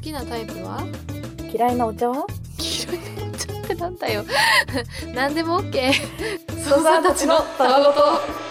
きなタイプは？ 嫌いなお茶は？ 嫌いなお茶ってなんだよ何でも OK ソさんたちのたわごと。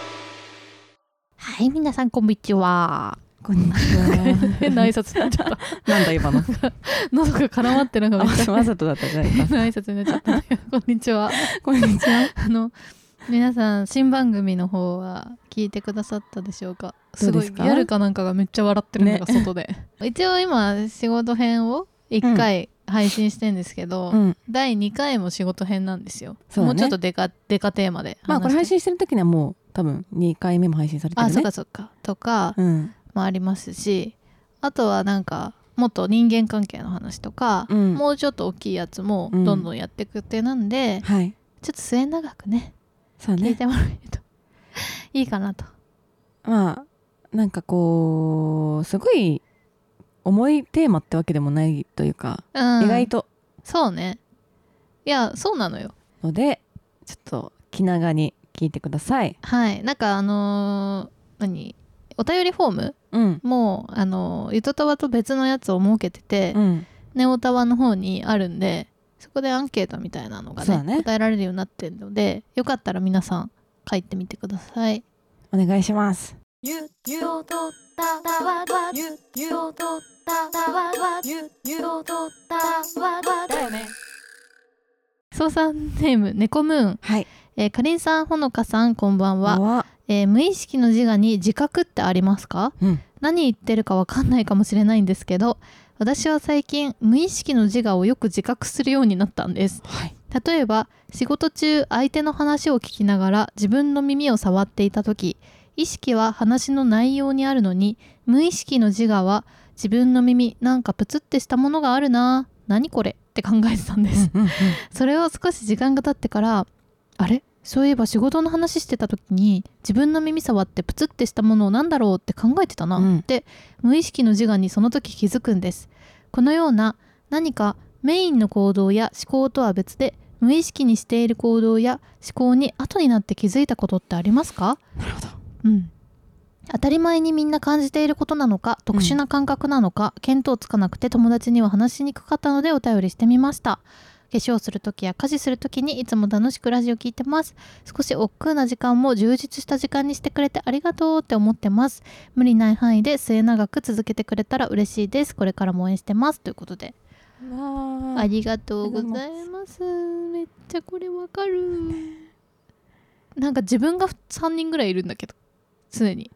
はい、皆さんこんにちは。 こんにちは変な挨拶になっちゃったなんだ今の喉が絡まってなんかめっちゃわざとだったじゃないか変な挨拶になっちゃったんだけどこんにちは。 こんにちは。 皆さん新番組の方は聞いてくださったでしょうか？すごいギどうですかャルかなんかがめっちゃ笑ってるのが外で、一応今仕事編を1回配信してんですけど、第2回も仕事編なんですよ。 そうだね、 もうちょっとデカテーマで話して、 まあこれ配信してる時にはもう多分2回目も配信されてるね。 あ、そっかそっかとか、もありますし、あとはなんかもっと人間関係の話とか、もうちょっと大きいやつもどんどんやっていくってなんで、ちょっと末永くね、聞いてもらえるといいかなと。 まあなんかこうすごい重いテーマってわけでもないというか、意外とそうね。いやそうなのよ。 のでちょっと気長に聞いてください。 はい、なんかお便りフォーム、もうゆとたわと別のやつを設けてて、ネオタワの方にあるんで、そこでアンケートみたいなのが ね答えられるようになってるので、よかったら皆さん書いてみてください。 お願いします。 ゆとたわはゆとたわはゆとたわだよね。そうさんネーム猫ムーン、 はい、 かりんさん、ほのかさん、こんばんは。無意識の自我に自覚ってありますか？何言ってるかわかんないかもしれないんですけど、私は最近無意識の自我をよく自覚するようになったんです。例えば仕事中相手の話を聞きながら自分の耳を触っていた時、意識は話の内容にあるのに、無意識の自我は自分の耳なんかプツってしたものがあるな、何これって考えてたんです。それを少し時間が経ってから、あれ、そういえば仕事の話してた時に自分の耳触ってプツってしたものをなんだろうって考えてたなって、無意識の自我にその時気づくんです。このような何かメインの行動や思考とは別で無意識にしている行動や思考に後になって気づいたことってありますか？ なるほど。 当たり前にみんな感じていることなのか、特殊な感覚なのか、見当つかなくて友達には話しにくかったのでお便りしてみました。化粧するときや家事するときにいつも楽しくラジオ聞いてます。少し億劫な時間も充実した時間にしてくれてありがとうって思ってます。無理ない範囲で末永く続けてくれたら嬉しいです。これからも応援してますということで、ありがとうございます。めっちゃこれわかる。なんか自分が3人ぐらいいるんだけど、常に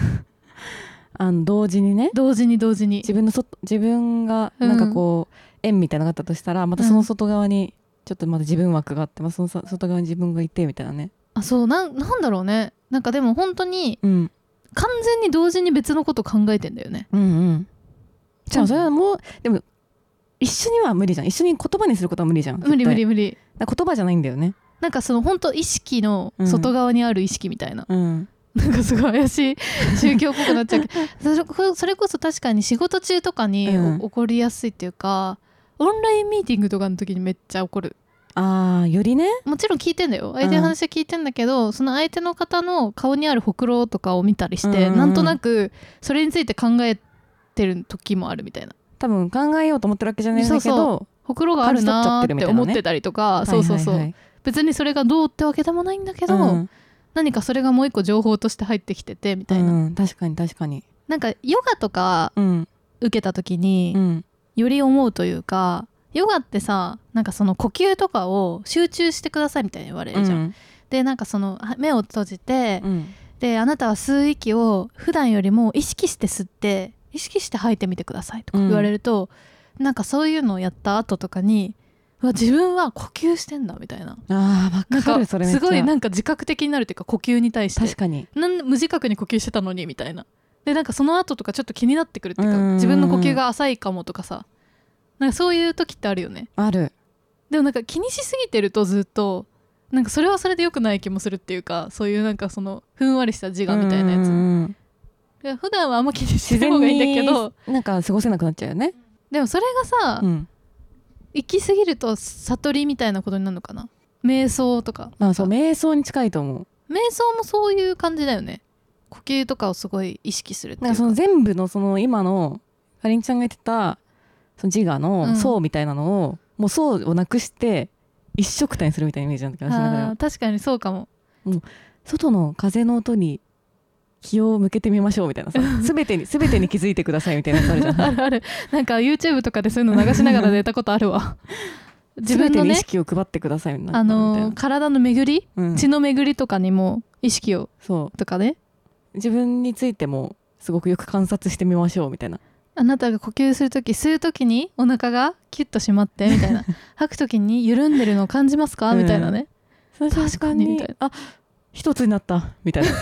同時にね、 同時に自分がなんかこう、円みたいなのがあったとしたら、またその外側にちょっとまた自分枠があって、その外側に自分がいてみたいなね。 そうなんだろうね。なんかでも本当に、完全に同時に別のこと考えてんだよね。 じゃあそれはもうでも一緒には無理じゃん。一緒に言葉にすることは無理じゃん。 無理。言葉じゃないんだよね。 なんかその本当意識の外側にある意識みたいな、なんかすごい怪しい宗教っぽくなっちゃうけどそれこそ確かに仕事中とかに起こりやすいっていうか、オンラインミーティングとかの時にめっちゃ起こる。 よりね、もちろん聞いてんだよ、相手の話は聞いてんだけど、その相手の方の顔にあるほくろとかを見たりして、なんとなくそれについて考えてる時もあるみたいな。 多分考えようと思ってるわけじゃないんだけど、 ほくろがあるなーって思ってたりとか、別にそれがどうってわけでもないんだけど、何かそれがもう一個情報として入ってきててみたいな、 確かになんかヨガとか受けた時により思うというか、ヨガってさ、なんかその呼吸とかを集中してくださいみたいに言われるじゃん、でなんかその目を閉じて、であなたは吸う息を普段よりも意識して吸って意識して吐いてみてくださいとか言われると、なんかそういうのをやった後とかに、自分は呼吸してんだみたいな、 分かる。それめっちゃすごいなんか自覚的になるっていうか、呼吸に対して確かになんで無自覚に呼吸してたのにみたいな。でなんかその後とかちょっと気になってくるっていうか、自分の呼吸が浅いかもとかさ、なんかそういう時ってあるよね。 ある。 でもなんか気にしすぎてるとずっとなんかそれはそれで良くない気もするっていうか、そういうなんかそのふんわりした自我みたいなやつ、普段はあんま気にしない方がいいんだけど、 なんか過ごせなくなっちゃうよね。 でもそれがさ、行き過ぎると悟りみたいなことになるのかな。瞑想とか、 そう瞑想に近いと思う。 瞑想もそういう感じだよね。呼吸とかをすごい意識するっていうか、 なんかその全部のその今のかりんちゃんが言ってたその自我の層みたいなのを、もう層をなくして一緒くたにするみたいなイメージなんだけど、私の中では。 確かにそうかも。 もう外の風の音に気を向けてみましょうみたいなさ、全てに気づいてくださいみたいなやつあるじゃん。 あるある。なんか YouTube とかでそういうの流しながら寝たことあるわ。 自分のね、全てに意識を配ってくださいみたいな。 体の巡り、血の巡りとかにも意識をとかね。 自分についてもすごくよく観察してみましょうみたいな。 あなたが呼吸するとき、吸うときにお腹がキュッと締まってみたいな。吐くときに緩んでるのを感じますかみたいなね。 確かにみたいな。あ、一つになったみたいな。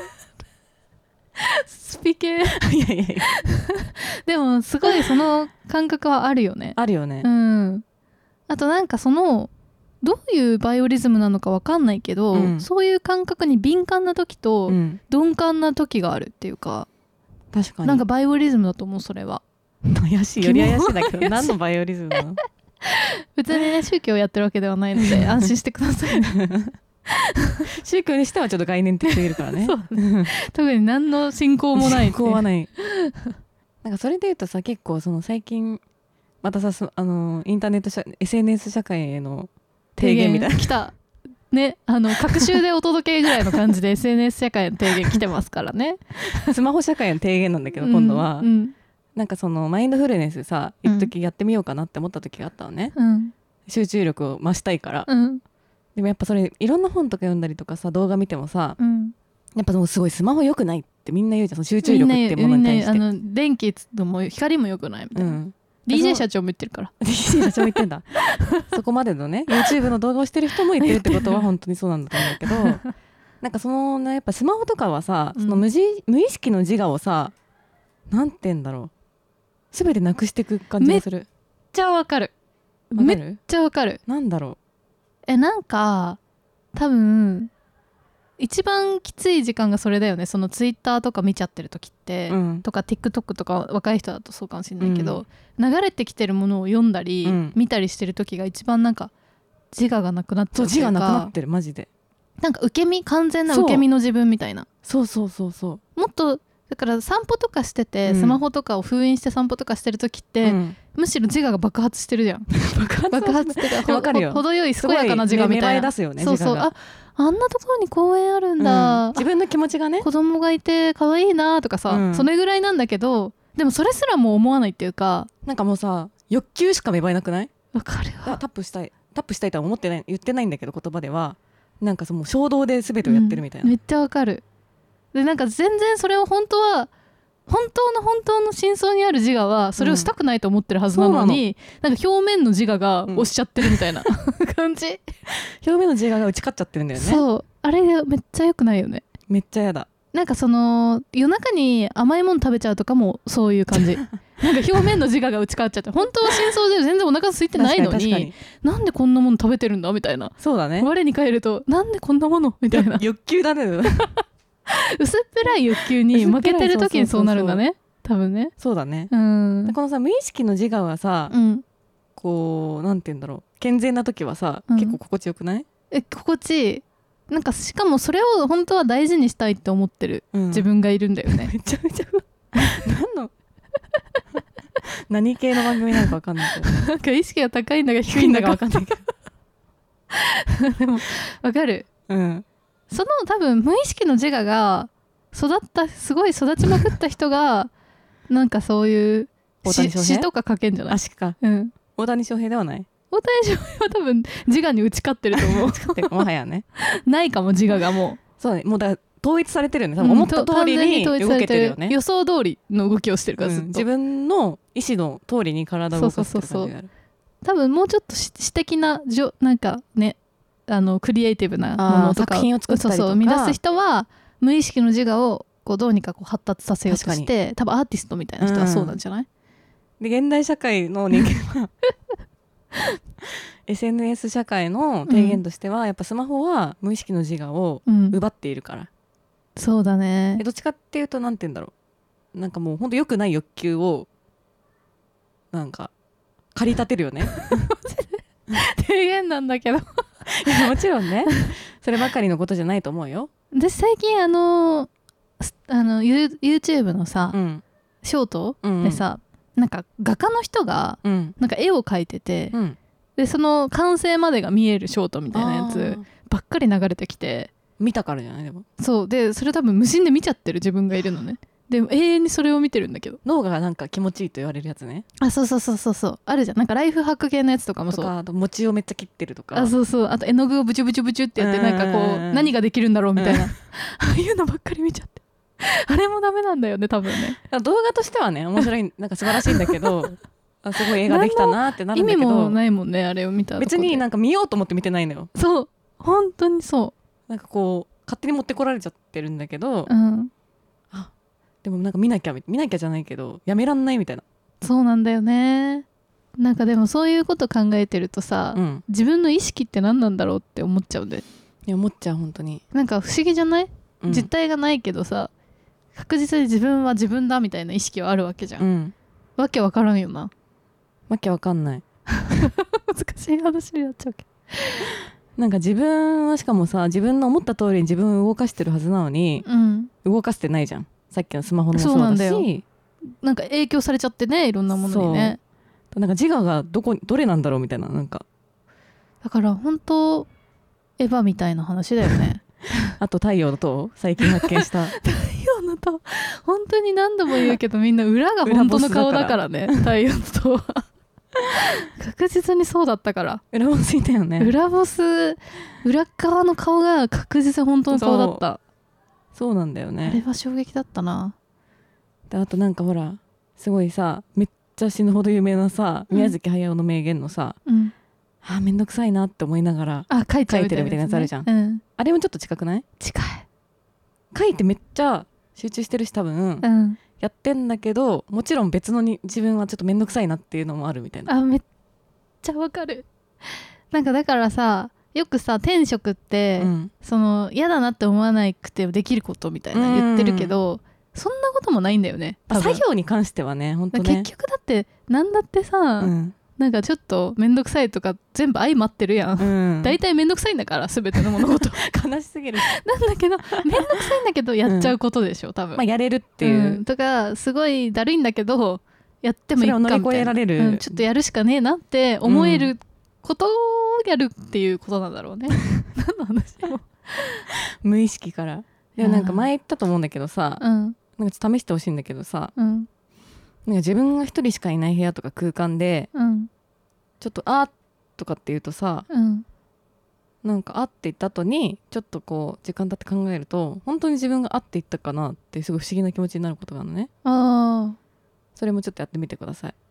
スピ系。 いやでもすごいその感覚はあるよね。 あるよね。 あとなんかどういうバイオリズムなのかわかんないけど、そういう感覚に敏感な時と鈍感な時があるっていうか、 確かになんかバイオリズムだと思う。それは怪しい、より怪しいだけど何のバイオリズムなの？ 別にね、宗教やってるわけではないので安心してください。 宗教にしてはちょっと概念的すぎるからね。 そうね、特に何の信仰もない、 信仰はない。なんかそれでいうとさ、結構最近またさ、インターネットSNS 社会への提言みたいな来たね。隔週でお届けぐらいの感じで SNS 社会の提言来てますからね。 スマホ社会の提言なんだけど、今度は、なんかマインドフルネスさ、一時やってみようかなって思った時があったのね。集中力を増したいから。でもやっぱそれいろんな本とか読んだりとかさ、動画見てもさ、やっぱもうすごいスマホ良くないってみんな言うじゃん。その集中力ってものに対して。 電気も光も良くないみたいな。DJ 社長も言ってるから。 DJ 社長も言ってんだ。そこまでのね、YouTube の動画をしてる人も言ってるってことは本当にそうなんだと思うんだけど、なんかやっぱスマホとかはさ、その無意識の自我をさ、なんて言うんだろう、全てなくしていく感じがする。 めっちゃわかる。めっちゃわかる。 なんだろう。なんか多分一番きつい時間がそれだよね。そのツイッターとか見ちゃってる時って、とか TikTok とか若い人だとそうかもしれないけど、流れてきてるものを読んだり、見たりしてる時が一番なんか自我がなくなっちゃう。 自我なくなってる、マジで。 なんか完全な受け身の自分みたいな。 そうもっとだから散歩とかしてて、スマホとかを封印して散歩とかしてる時って、むしろ自我が爆発してるじゃん。爆発っていうか程よい健やかな自我みたいな。 芽生え出すよね。 そうそう、あんなところに公園あるんだ、 自分の気持ちがね、 子供がいて可愛いなとかさ、それぐらいなんだけど、でもそれすらもう思わないっていうか、 なんかもうさ、欲求しか芽生えなくない？ わかるわ。 タップしたいとは思ってない、言ってないんだけど、言葉ではなんかもう衝動で全てをやってるみたいな、 めっちゃわかる。でなんか全然それを本当の真相にある自我はそれをしたくないと思ってるはずなのに、なんか表面の自我が押しちゃってるみたいな感じ。 表面の自我が打ち勝っちゃってるんだよね。 そう、あれめっちゃ良くないよね。 めっちゃやだ。 なんか夜中に甘いもの食べちゃうとかもそういう感じ。なんか表面の自我が打ち勝っちゃって、本当は真相で全然お腹空いてないのになんでこんなもの食べてるんだみたいな。 そうだね。 我に返るとなんでこんなものみたいな。 欲求だね。 薄っぺらい欲求に負けてる時にそうなるんだね、多分ね。 そうだね。このさ、無意識の自我はさ、こうなんて言うんだろう、健全な時はさ、結構心地よくない？ 心地いい。なんかしかもそれを本当は大事にしたいって思ってる自分がいるんだよね。 めちゃめちゃ何系の番組なのか分かんないけど、 なんか意識が高いんだか低いんだか分かんないけどでも分かる。多分無意識の自我がすごい育ちまくった人がなんかそういう詩とか書けんじゃない？ 詩か。大谷翔平ではない？ 大谷翔平は多分自我に打ち勝ってると思う。 もはやね。 ないかも、自我がもう。 そうね、もうだ統一されてるよね。多分思った通りに動けてるよね。 予想通りの動きをしてるからずっと、 自分の意思の通りに体を動かしてる感じがある。 多分もうちょっと詩的ななんかね、クリエイティブなものとか作品を作ったりとか生み出す人は無意識の自我をどうにか発達させようとして、多分アーティストみたいな人はそうなんじゃない？ で現代社会の人間はSNS 社会の提言としては、やっぱスマホは無意識の自我を奪っているから、 そうだね。 どっちかっていうとなんて言うんだろう、なんかもうほんと良くない欲求をなんか駆り立てるよね。 提言なんだけどいやもちろんね、そればかりのことじゃないと思うよ。 私最近YouTube のさ、ショートでさ、 なんか画家の人がなんか絵を描いてて、 うん、 でその完成までが見えるショートみたいなやつばっかり流れてきて、 見たからじゃない？でもそうで、それ多分無心で見ちゃってる自分がいるのね。でも永遠にそれを見てるんだけど、 脳がなんか気持ちいいと言われるやつね。 あ、そうそうそうそうそう、あるじゃん、なんかライフハック系のやつとかもそう、 あと餅をめっちゃ切ってるとか、 あ、そうそう、あと絵の具をブチュブチュブチュってやって、なんかこう何ができるんだろうみたいな、ああいうのばっかり見ちゃって、あれもダメなんだよね多分ね。 動画としてはね面白い、なんか素晴らしいんだけどあ、すごい映画できたなってなるんだけど、 意味もないもんね、あれを見たとこで。 別になんか見ようと思って見てないのよ。 そう、本当にそう、 なんかこう勝手に持ってこられちゃってるんだけど、 うん、 あ、でもなんか見なきゃじゃないけどやめらんないみたいな。 そうなんだよね。なんかでもそういうこと考えてるとさ、うん、自分の意識って何なんだろうって思っちゃうんで。 いや、思っちゃう、本当に。 なんか不思議じゃない？うん、実体がないけどさ、確実に自分は自分だみたいな意識はあるわけじゃん、うん、わけわからんよな。 わけわかんない難しい話になっちゃうけどなんか自分はしかもさ、自分の思った通りに自分を動かしてるはずなのに、うん、動かしてないじゃん。さっきのスマホのもそうだし、 なんか影響されちゃってね、いろんなものにね。 なんか自我がどれなんだろうみたいな、なんかだから本当エヴァみたいな話だよねあと太陽の塔、最近発見した太陽の塔、本当に何度も言うけどみんな裏が本当の顔だからね太陽の塔は確実にそうだったから。 裏ボスいたよね。 裏ボス、裏側の顔が確実に本当の顔だった。 そうなんだよね。 あれは衝撃だったな。 で、あとなんかほらすごいさ、めっちゃ死ぬほど有名なさ、宮崎駿の名言のさ、うん、あ、めんどくさいなって思いながら書いてるみたいなやつあるじゃん、うん、あれもちょっと近くない？ 近い。 書いてめっちゃ集中してるし多分、うん、やってんだけど、もちろん別のに自分はちょっとめんどくさいなっていうのもあるみたいな。 あ、めっちゃわかる。なんかだからさ、よくさ天職って、うん、その嫌だなって思わなくてできることみたいな言ってるけど、そんなこともないんだよね。 作業に関してはね、本当ね。 結局だってなんだってさ、うん、なんかちょっとめんどくさいとか全部相まってるやん、うん、だいたいめんどくさいんだから全ての物事悲しすぎるなんだけどめんどくさいんだけどやっちゃうことでしょ、うん、多分、 まあ、やれるっていう、 うん、とかすごいだるいんだけどやってもいいかみたいな、それを乗り越えられる、うん、ちょっとやるしかねえなって思えることをやるっていうことなんだろうね、うん、何の話も無意識から。でもなんか前言ったと思うんだけどさ、うん、なんかちょっと試してほしいんだけどさ、うん、なんか自分が一人しかいない部屋とか空間で、うん、ちょっとあーとかって言うとさ、うん、なんかあって言った後にちょっとこう時間経って考えると、本当に自分があって言ったかなってすごい不思議な気持ちになることがあるのね。あ、それもちょっとやってみてください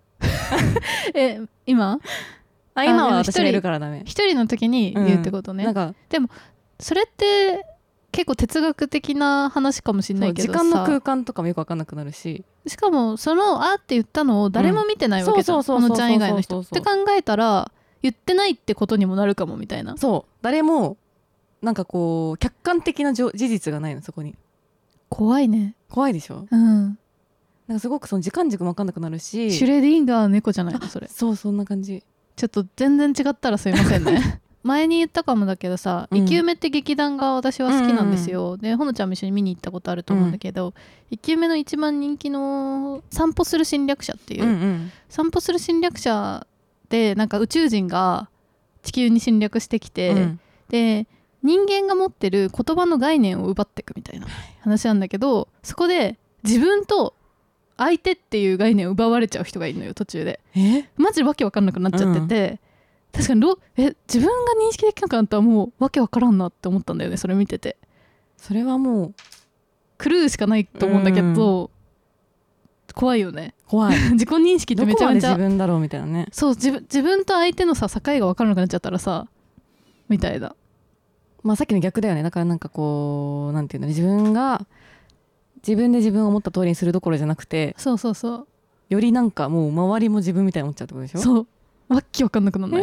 今は私がいるからダメ。 一人の時に言うってことね、うん、なんかでもそれって結構哲学的な話かもしれないけどさ、 時間の空間とかもよく分かんなくなるし、 しかもそのあって言ったのを誰も見てないわけじゃん、このちゃん以外の人って考えたら言ってないってことにもなるかもみたいな。 そう、誰もなんかこう客観的な事実がないの、そこに。 怖いね。 怖いでしょ。うん。なんかすごくその時間軸も分かんなくなるし。 シュレディンガー猫じゃないのそれ。 そう、そんな感じ。 ちょっと全然違ったらすいませんね前に言ったかもだけどさ、生き埋めって劇団が私は好きなんですよ、うんうん、でほのちゃんも一緒に見に行ったことあると思うんだけど、生き埋めの一番人気の散歩する侵略者っていう、うんうん、散歩する侵略者でなんか宇宙人が地球に侵略してきて、うん、で人間が持ってる言葉の概念を奪っていくみたいな話なんだけど、そこで自分と相手っていう概念を奪われちゃう人がいるのよ途中で。マジでわけわかんなくなっちゃってて、確かに自分が認識できなくなったらもうわけわからんなって思ったんだよね、それ見てて。 それはもう狂うしかないと思うんだけど、怖いよね。 怖い自己認識ってめちゃめちゃどこまで自分だろうみたいなね。 そう、自分と相手のさ境が分からなくなっちゃったらさみたいだ。 まあさっきの逆だよね。だからなんかこうなんていうの、自分が自分で自分を思った通りにするどころじゃなくて、 そうそうそう、 よりなんかもう周りも自分みたいに思っちゃうってことでしょ。 そう、わっきわかんなくならない、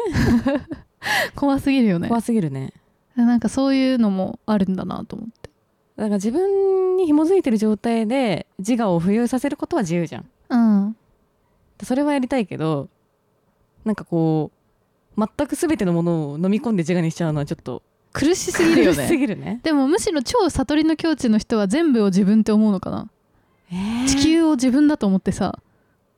怖すぎるよね。 怖すぎるね。 なんかそういうのもあるんだなと思って。 だから自分に紐づいてる状態で自我を浮遊させることは自由じゃん、うん、それはやりたいけど、なんかこう全く全てのものを飲み込んで自我にしちゃうのはちょっと苦しすぎるよね。 苦しすぎるね。 でもむしろ超悟りの境地の人は全部を自分って思うのかな、地球を自分だと思ってさ、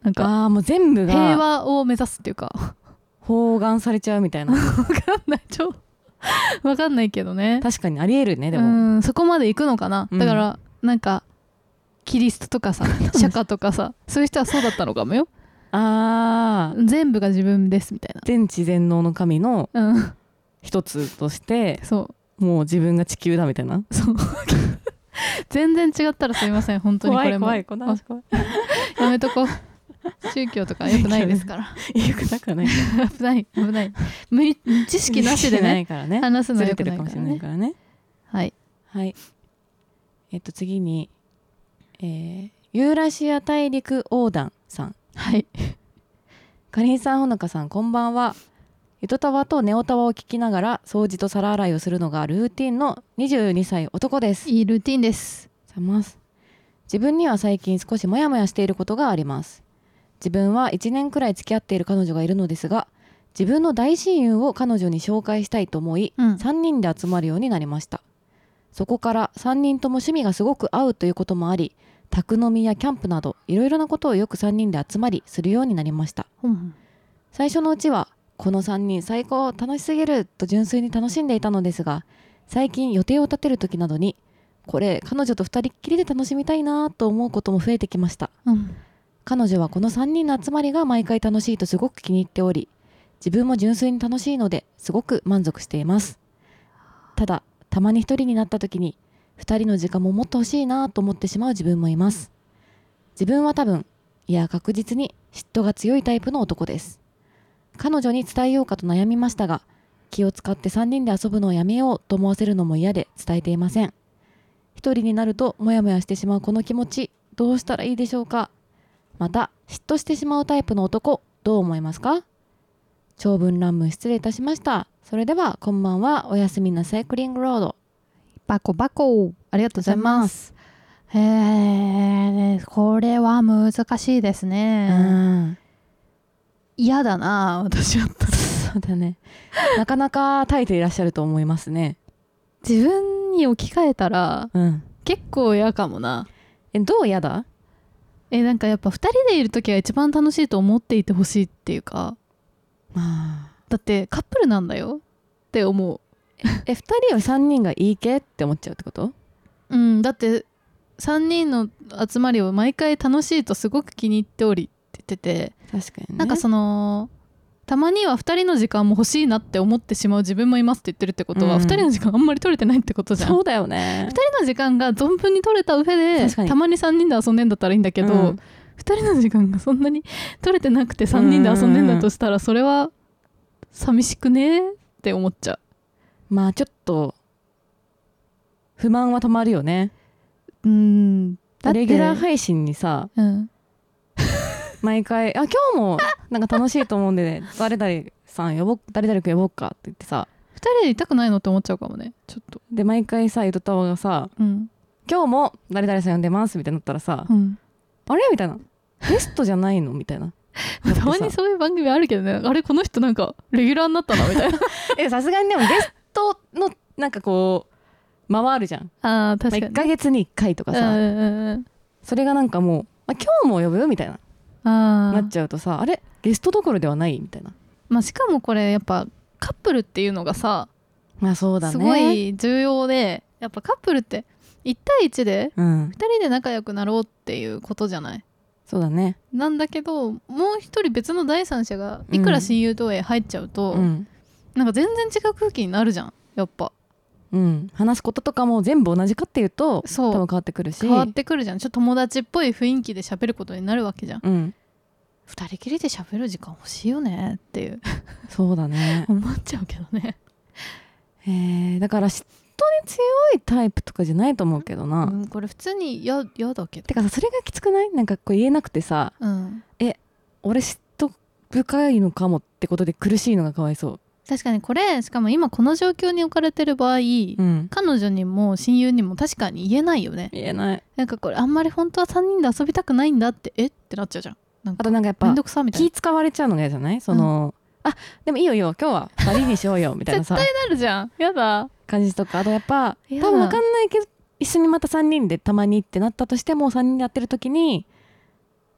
なんかもう全部が平和を目指すっていうか包含されちゃうみたいな。 分かんない分かんないけどね。 確かにありえるね。でもそこまで行くのかな、だからなんかキリストとかさ釈迦とかさそういう人はそうだったのかもよ。全部が自分ですみたいな、 全知全能の神の一つとして、そうもう自分が地球だみたいな。そう全然違ったらすいません本当に。これも怖い怖いやめとこう。宗教とか良くないですから。 良くなくはない危ない知識なしでね話すのは良くないからね。はいはい。次に、ユーラシア大陸横断さん。 はい。 かりんさん、ほのかさん、こんばんは。ゆとたわとネオタワを聞きながら掃除と皿洗いをするのがルーティンの22歳男です。 いいルーティンです。 自分には最近少しモヤモヤしていることがあります。自分は1年くらい付き合っている彼女がいるのですが、自分の大親友を彼女に紹介したいと思い、3人で集まるようになりました。そこから3人とも趣味がすごく合うということもあり、宅飲みやキャンプなどいろいろなことをよく3人で集まりするようになりました。最初のうちはこの3人最高楽しすぎると純粋に楽しんでいたのですが、最近予定を立てる時などにこれ彼女と2人っきりで楽しみたいなと思うことも増えてきました。彼女はこの3人の集まりが毎回楽しいとすごく気に入っており、自分も純粋に楽しいのですごく満足しています。ただたまに1人になった時に2人の時間ももっと欲しいなと思ってしまう自分もいます。自分は多分確実に嫉妬が強いタイプの男です。彼女に伝えようかと悩みましたが、気を使って3人で遊ぶのをやめようと思わせるのも嫌で伝えていません。一人になるとモヤモヤしてしまうこの気持ち、どうしたらいいでしょうか。また嫉妬してしまうタイプの男、どう思いますか。長文乱文失礼いたしました。それではこんばんは。おやすみなサイクリングロード。 バコバコ、ありがとうございます。これは難しいですね。嫌だな私は。 そうだね。なかなか耐えていらっしゃると思いますね。 自分に置き換えたら、結構嫌かもな。 どう嫌だ？ なんかやっぱ2人でいる時が一番楽しいと思っていてほしいっていうか、だってカップルなんだよって思う。 2人より3人がいいけって思っちゃうってこと？ だって3人の集まりを毎回楽しいとすごく気に入っておりって言ってて、 確かにね。 なんかたまには2人の時間も欲しいなって思ってしまう自分もいますって言ってるってことは、2人の時間あんまり取れてないってことじゃん。 そうだよね。 2人の時間が存分に取れた上でたまに3人で遊んでんだったらいいんだけど、2人の時間がそんなに取れてなくて3人で遊んでんだとしたら、それは寂しくねって思っちゃう。 まあちょっと不満はたまるよね。 だってレギュラー配信にさ、毎回今日もなんか楽しいと思うんで誰々さん誰々くん呼ぼうかって言ってさ、 2人でいたくないのって思っちゃうかもね、ちょっと。 で毎回さゆとたわがさ、今日も誰々さん呼んでますみたいになったらさ、あれみたいな、ゲストじゃないのみたいな。 たまにそういう番組あるけどね、あれこの人なんかレギュラーになったなみたいな。 さすがにでもゲストのなんかこう回るじゃん。確かに、1ヶ月に1回とかさ、それがなんかもう、今日も呼ぶみたいななっちゃうとさ、あれゲストどころではないみたいな。 しかもこれやっぱカップルっていうのがさ、 そうだね、 すごい重要で、やっぱカップルって1対1で2人で仲良くなろうっていうことじゃない。 そうだね。 なんだけどもう一人別の第三者がいくら親友とへ入っちゃうと、なんか全然違う空気になるじゃんやっぱ。 話すこととかも全部同じかっていうと多分変わってくるし、 変わってくるじゃん。ちょっと友達っぽい雰囲気で喋ることになるわけじゃん。2人きりで喋る時間欲しいよねっていうそうだね思っちゃうけどね。 だから嫉妬に強いタイプとかじゃないと思うけどな。 これ普通に嫌だけど。 てかさ、それがきつくない？なんかこう言えなくてさ、俺嫉妬深いのかもってことで苦しいのがかわいそう。 確かにこれ、しかも今この状況に置かれてる場合、彼女にも親友にも確かに言えないよね。 言えない。 なんかこれあんまり本当は3人で遊びたくないんだってってなっちゃうじゃん。 あとなんかやっぱめんどくさみたいな、 気使われちゃうのが嫌じゃない？でもいいよ今日は2人にしようよみたいなさ絶対なるじゃん。やだ感じとか。あとやっぱ多分分かんないけど一緒にまた3人でたまにってなったとしても、3人でやってる時になん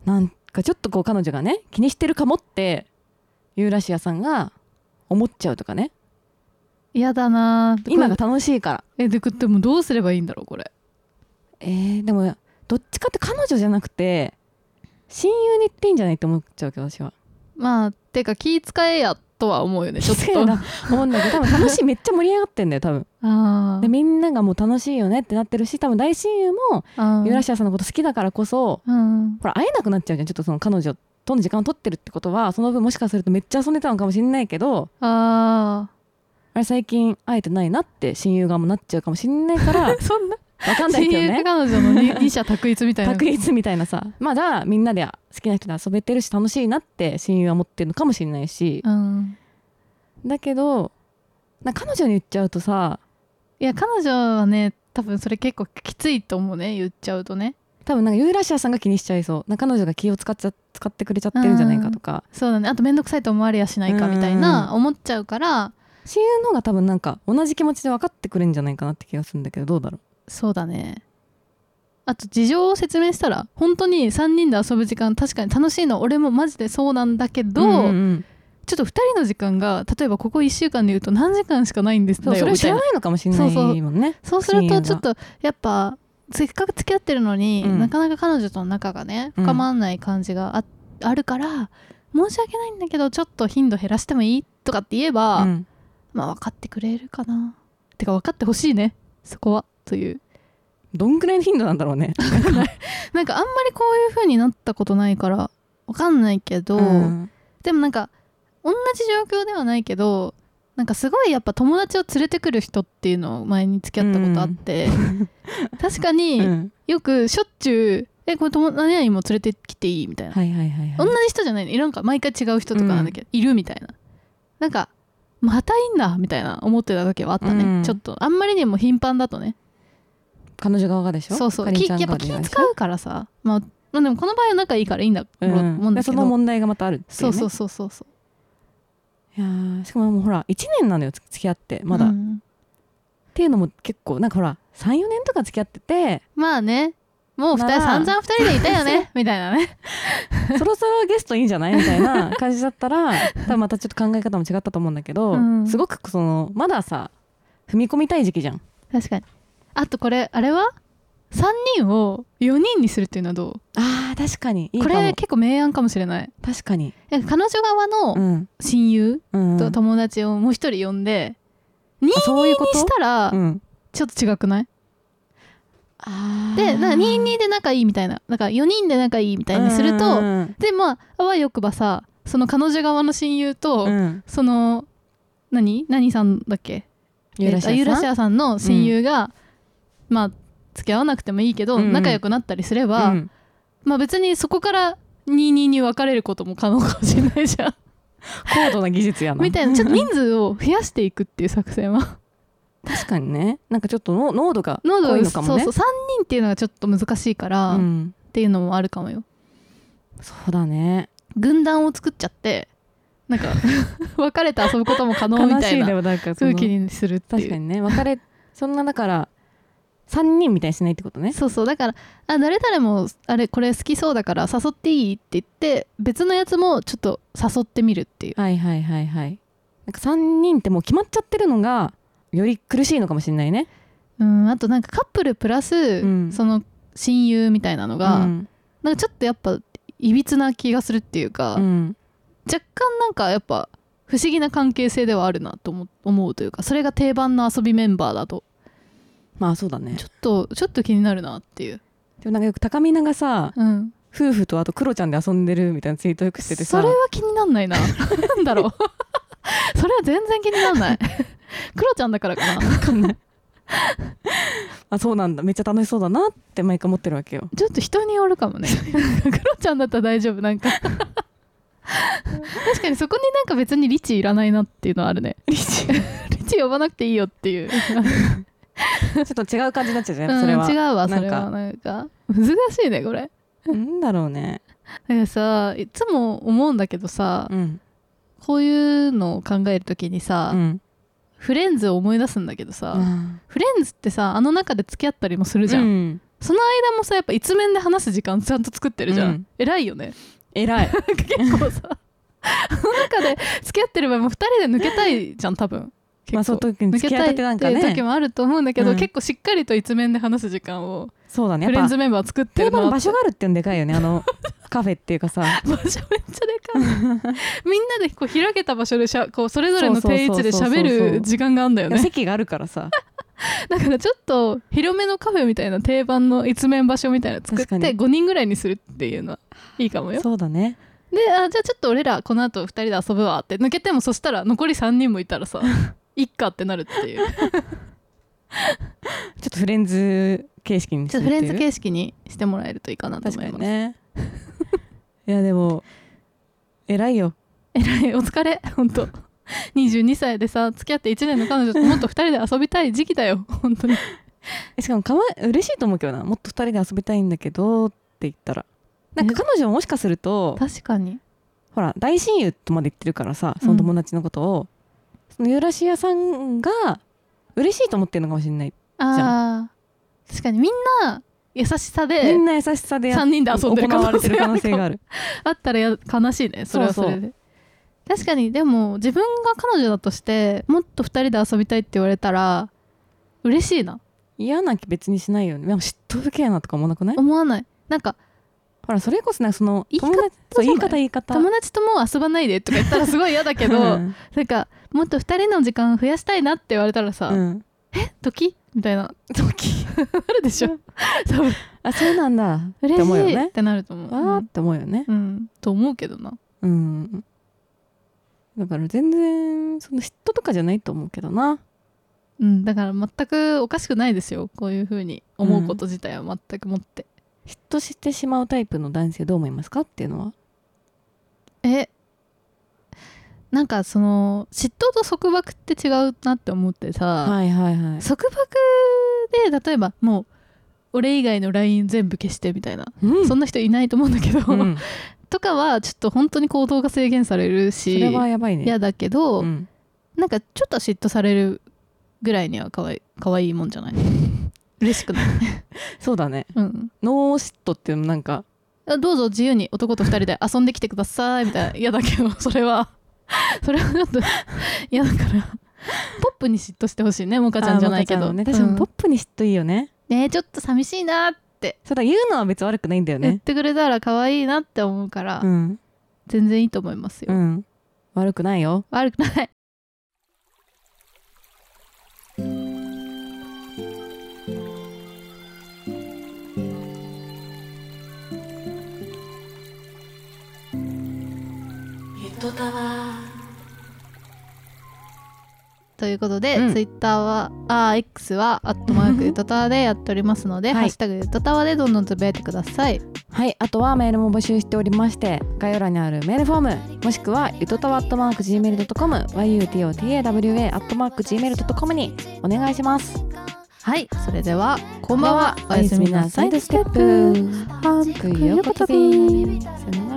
がちょっとこう彼女がね気にしてるかもってユーラシアさんが思っちゃうとかね。 嫌だな。 今が楽しいから。 でもどうすればいいんだろうこれ。 でもどっちかって彼女じゃなくて親友に言っていいんじゃないって思っちゃうけど私は。 まあてか気使えやとは思うよねちょっと思うんだけど多分楽しいめっちゃ盛り上がってんだよ多分でみんながもう楽しいよねってなってるし多分大親友もユーラシアさんのこと好きだからこそ、ほら会えなくなっちゃうじゃん。ちょっとその彼女との時間を取ってるってことはその分もしかするとめっちゃ遊んでたのかもしれないけどあれ最近会えてないなって親友側もなっちゃうかもしれないからそんなわかんないけどね。 親友彼女の二者択一みたいな択一みたいなさまあじゃあみんなで好きな人で遊べてるし楽しいなって親友は思ってるのかもしれないし、だけど彼女に言っちゃうとさいや彼女はね多分それ結構きついと思うね言っちゃうとね。 多分ユーラシアさんが気にしちゃいそう。彼女が気を使ってくれちゃってるんじゃないかとか、 そうだね。あと面倒くさいと思われやしないかみたいな思っちゃうから親友の方が多分同じ気持ちで分かってくれるんじゃないかなって気がするんだけどどうだろう。 そうだね。あと事情を説明したら本当に3人で遊ぶ時間確かに楽しいの俺もマジでそうなんだけど、ちょっと2人の時間が例えばここ1週間でいうと何時間しかないんですだよみたいな。それ知らないのかもしれないもんね。 そうするとちょっとやっぱせっかく付き合ってるのに、なかなか彼女との仲がね深まらない感じが あるから申し訳ないんだけどちょっと頻度減らしてもいいとかって言えば、まあ分かってくれるかな。てか分かってほしいねそこはという。 どんくらいの頻度なんだろうねなんかあんまりこういう風になったことないから分かんないけど、でも同じ状況ではないけどすごいやっぱ友達を連れてくる人っていうのを前に付き合ったことあって、確かによくしょっちゅうこれ何々も連れてきていいみたいな、同じ人じゃないの毎回違う人とかなんだけど、いるみたいなまたいいんだみたいな思ってた時はあったね、ちょっとあんまりにも頻繁だとね。 彼女側がでしょ。 そうやっぱ気使うからさ、まあでもこの場合は仲いいからいいんだろうと思うんだけど、 その問題がまたあるっていうね。 そういやしかももうほら1年なのよ付き合ってまだ、っていうのも結構ほら 3,4 年とか付き合っててまあねもう散々2人でいたよねみたいなねそろそろゲストいいんじゃないみたいな感じだったら多分またちょっと考え方も違ったと思うんだけど、すごくまださ踏み込みたい時期じゃん。確かに。あとこれあれは3人を4人にするっていうのはどう？ 確かにいいかも。 これ結構明暗かもしれない。 確かに彼女側の親友と友達をもう一人呼んで2人にしたらちょっと違くない？で2で仲いいみたいな4人で仲いいみたいにすると、でまああわよくばさその彼女側の親友と、その何さんだっけユーラシアさんの親友が、まあ付き合わなくてもいいけど、仲良くなったりすれば、まあ別にそこから22に分かれることも可能かもしれないじゃん高度な技術やなみたいな。ちょっと人数を増やしていくっていう作戦は確かにね。ちょっと濃度が濃いのかもね。 そう3人っていうのがちょっと難しいから、っていうのもあるかもよ。 そうだね。 軍団を作っちゃって別れて遊ぶことも可能みたいな空気にするっていう。 確かにねそんなだから3人みたいにしないってことね。 そうだから誰々もこれ好きそうだから誘っていいって言って別のやつもちょっと誘ってみるっていう。 3人ってもう決まっちゃってるのがより苦しいのかもしれないね。 あとカップルプラス、その親友みたいなのが、ちょっとやっぱいびつな気がするっていうか、若干やっぱ不思議な関係性ではあるなと思うというか、それが定番の遊びメンバーだとまあそうだね。 ちょっと気になるなっていう。 でもよく高見菜がさ、夫婦とあとクロちゃんで遊んでるみたいなツイートよくしててさ、 それは気になんないななんだろうそれは全然気になんないクロちゃんだからかな分かんないそうなんだめっちゃ楽しそうだなって毎回思ってるわけよ。 ちょっと人によるかもねクロちゃんだったら大丈夫確かにそこに別にリチいらないなっていうのはあるね。リチ呼ばなくていいよっていうちょっと違う感じになっちゃうじゃん、それは。 違うわそれは難しいねこれ。 なんだろうね。 だからさいつも思うんだけどさ、こういうのを考えるときにさ、フレンズを思い出すんだけどさ、フレンズってさ中で付き合ったりもするじゃん、その間もさやっぱ一面で話す時間ちゃんと作ってるじゃん、偉いよね。 偉い結構さその中で付き合ってる場合も2人で抜けたいじゃん多分。 まあそう時に付き合ってなんかね抜けたいっていう時もあると思うんだけど、結構しっかりと一面で話す時間をそうだね、 フレンズメンバー作ってるの定番場所があるっていうのでかいよねカフェっていうかさ場所めっちゃでかいみんなでこう開けた場所でこうそれぞれの定位置で喋る時間があるんだよね。 席があるからさだからちょっと広めのカフェみたいな定番の一面場所みたいなの作って5人ぐらいにするっていうのはいいかもよ。 そうだね。 でじゃあちょっと俺らこの後2人で遊ぶわって抜けても、そしたら残り3人もいたらさいっかってなるっていうちょっとフレンズ形式にするっていう、 ちょっとフレンズ形式にしてもらえるといいかなと思います。 確かにねいやでも偉いよ、 偉い、お疲れ本当22歳でさ付き合って1年の彼女ともっと2人で遊びたい時期だよ本当にしかも嬉しいと思うけどな、もっと2人で遊びたいんだけどって言ったら、なんか彼女ももしかすると確かにほら大親友とまで言ってるからさ、その友達のことを、そのユーラシアさんが嬉しいと思ってるのかもしれないじゃん。 確かにみんな優しさで 3人で遊んでる可能性があるあったら悲しいね、それはそれで。そう確かに。でも自分が彼女だとしてもっと2人で遊びたいって言われたら嬉しいな。 嫌な気別にしないよね。でも嫉妬深いなとか思わなくない？ 思わない。なんかほらそれこそね、その言い方友達とも遊ばないでとか言ったらすごい嫌だけどなんかもっと2人の時間増やしたいなって言われたらさ、時みたいな時あるでしょそうなんだ嬉しいってなると思う。 わーって思うよね。 と思うけどな。 だから全然その嫉妬とかじゃないと思うけどな。 だから全くおかしくないですよ、こういう風に思うこと自体は全くもって。 嫉妬してしまうタイプの男性どう思いますかっていうのは。 なんかその嫉妬と束縛って違うなって思ってさ、束縛で例えばもう俺以外の LINE 全部消してみたいな、そんな人いないと思うんだけど、とかはちょっと本当に行動が制限されるし、 それはやばいね。 嫌だけど、なんかちょっと嫉妬されるぐらいには可愛いもんじゃない嬉しくないそうだね、ノー嫉妬っていうのなんかどうぞ自由に男と2人で遊んできてくださいみたいな。嫌だけどそれはちょっと嫌だからポップに嫉妬してほしいね、もかちゃんじゃないけど。 確かにポップに嫉妬いいよね。 ちょっと寂しいなってそうだ、言うのは別に悪くないんだよね。 言ってくれたら可愛いなって思うから、全然いいと思いますよ。 悪くないよ。 悪くない。ということで、ツイッターはX は@ゆとたわでやっておりますので、ハッシュタグゆとたわでどんどんつぶやいてください。 はい、あとはメールも募集しておりまして、概要欄にあるメールフォームもしくはゆとたわ@gmail.com yutotawa@gmail.com にお願いします。 はい、それではこんばんは、 おやすみなさい。サイドステップ反復横跳び。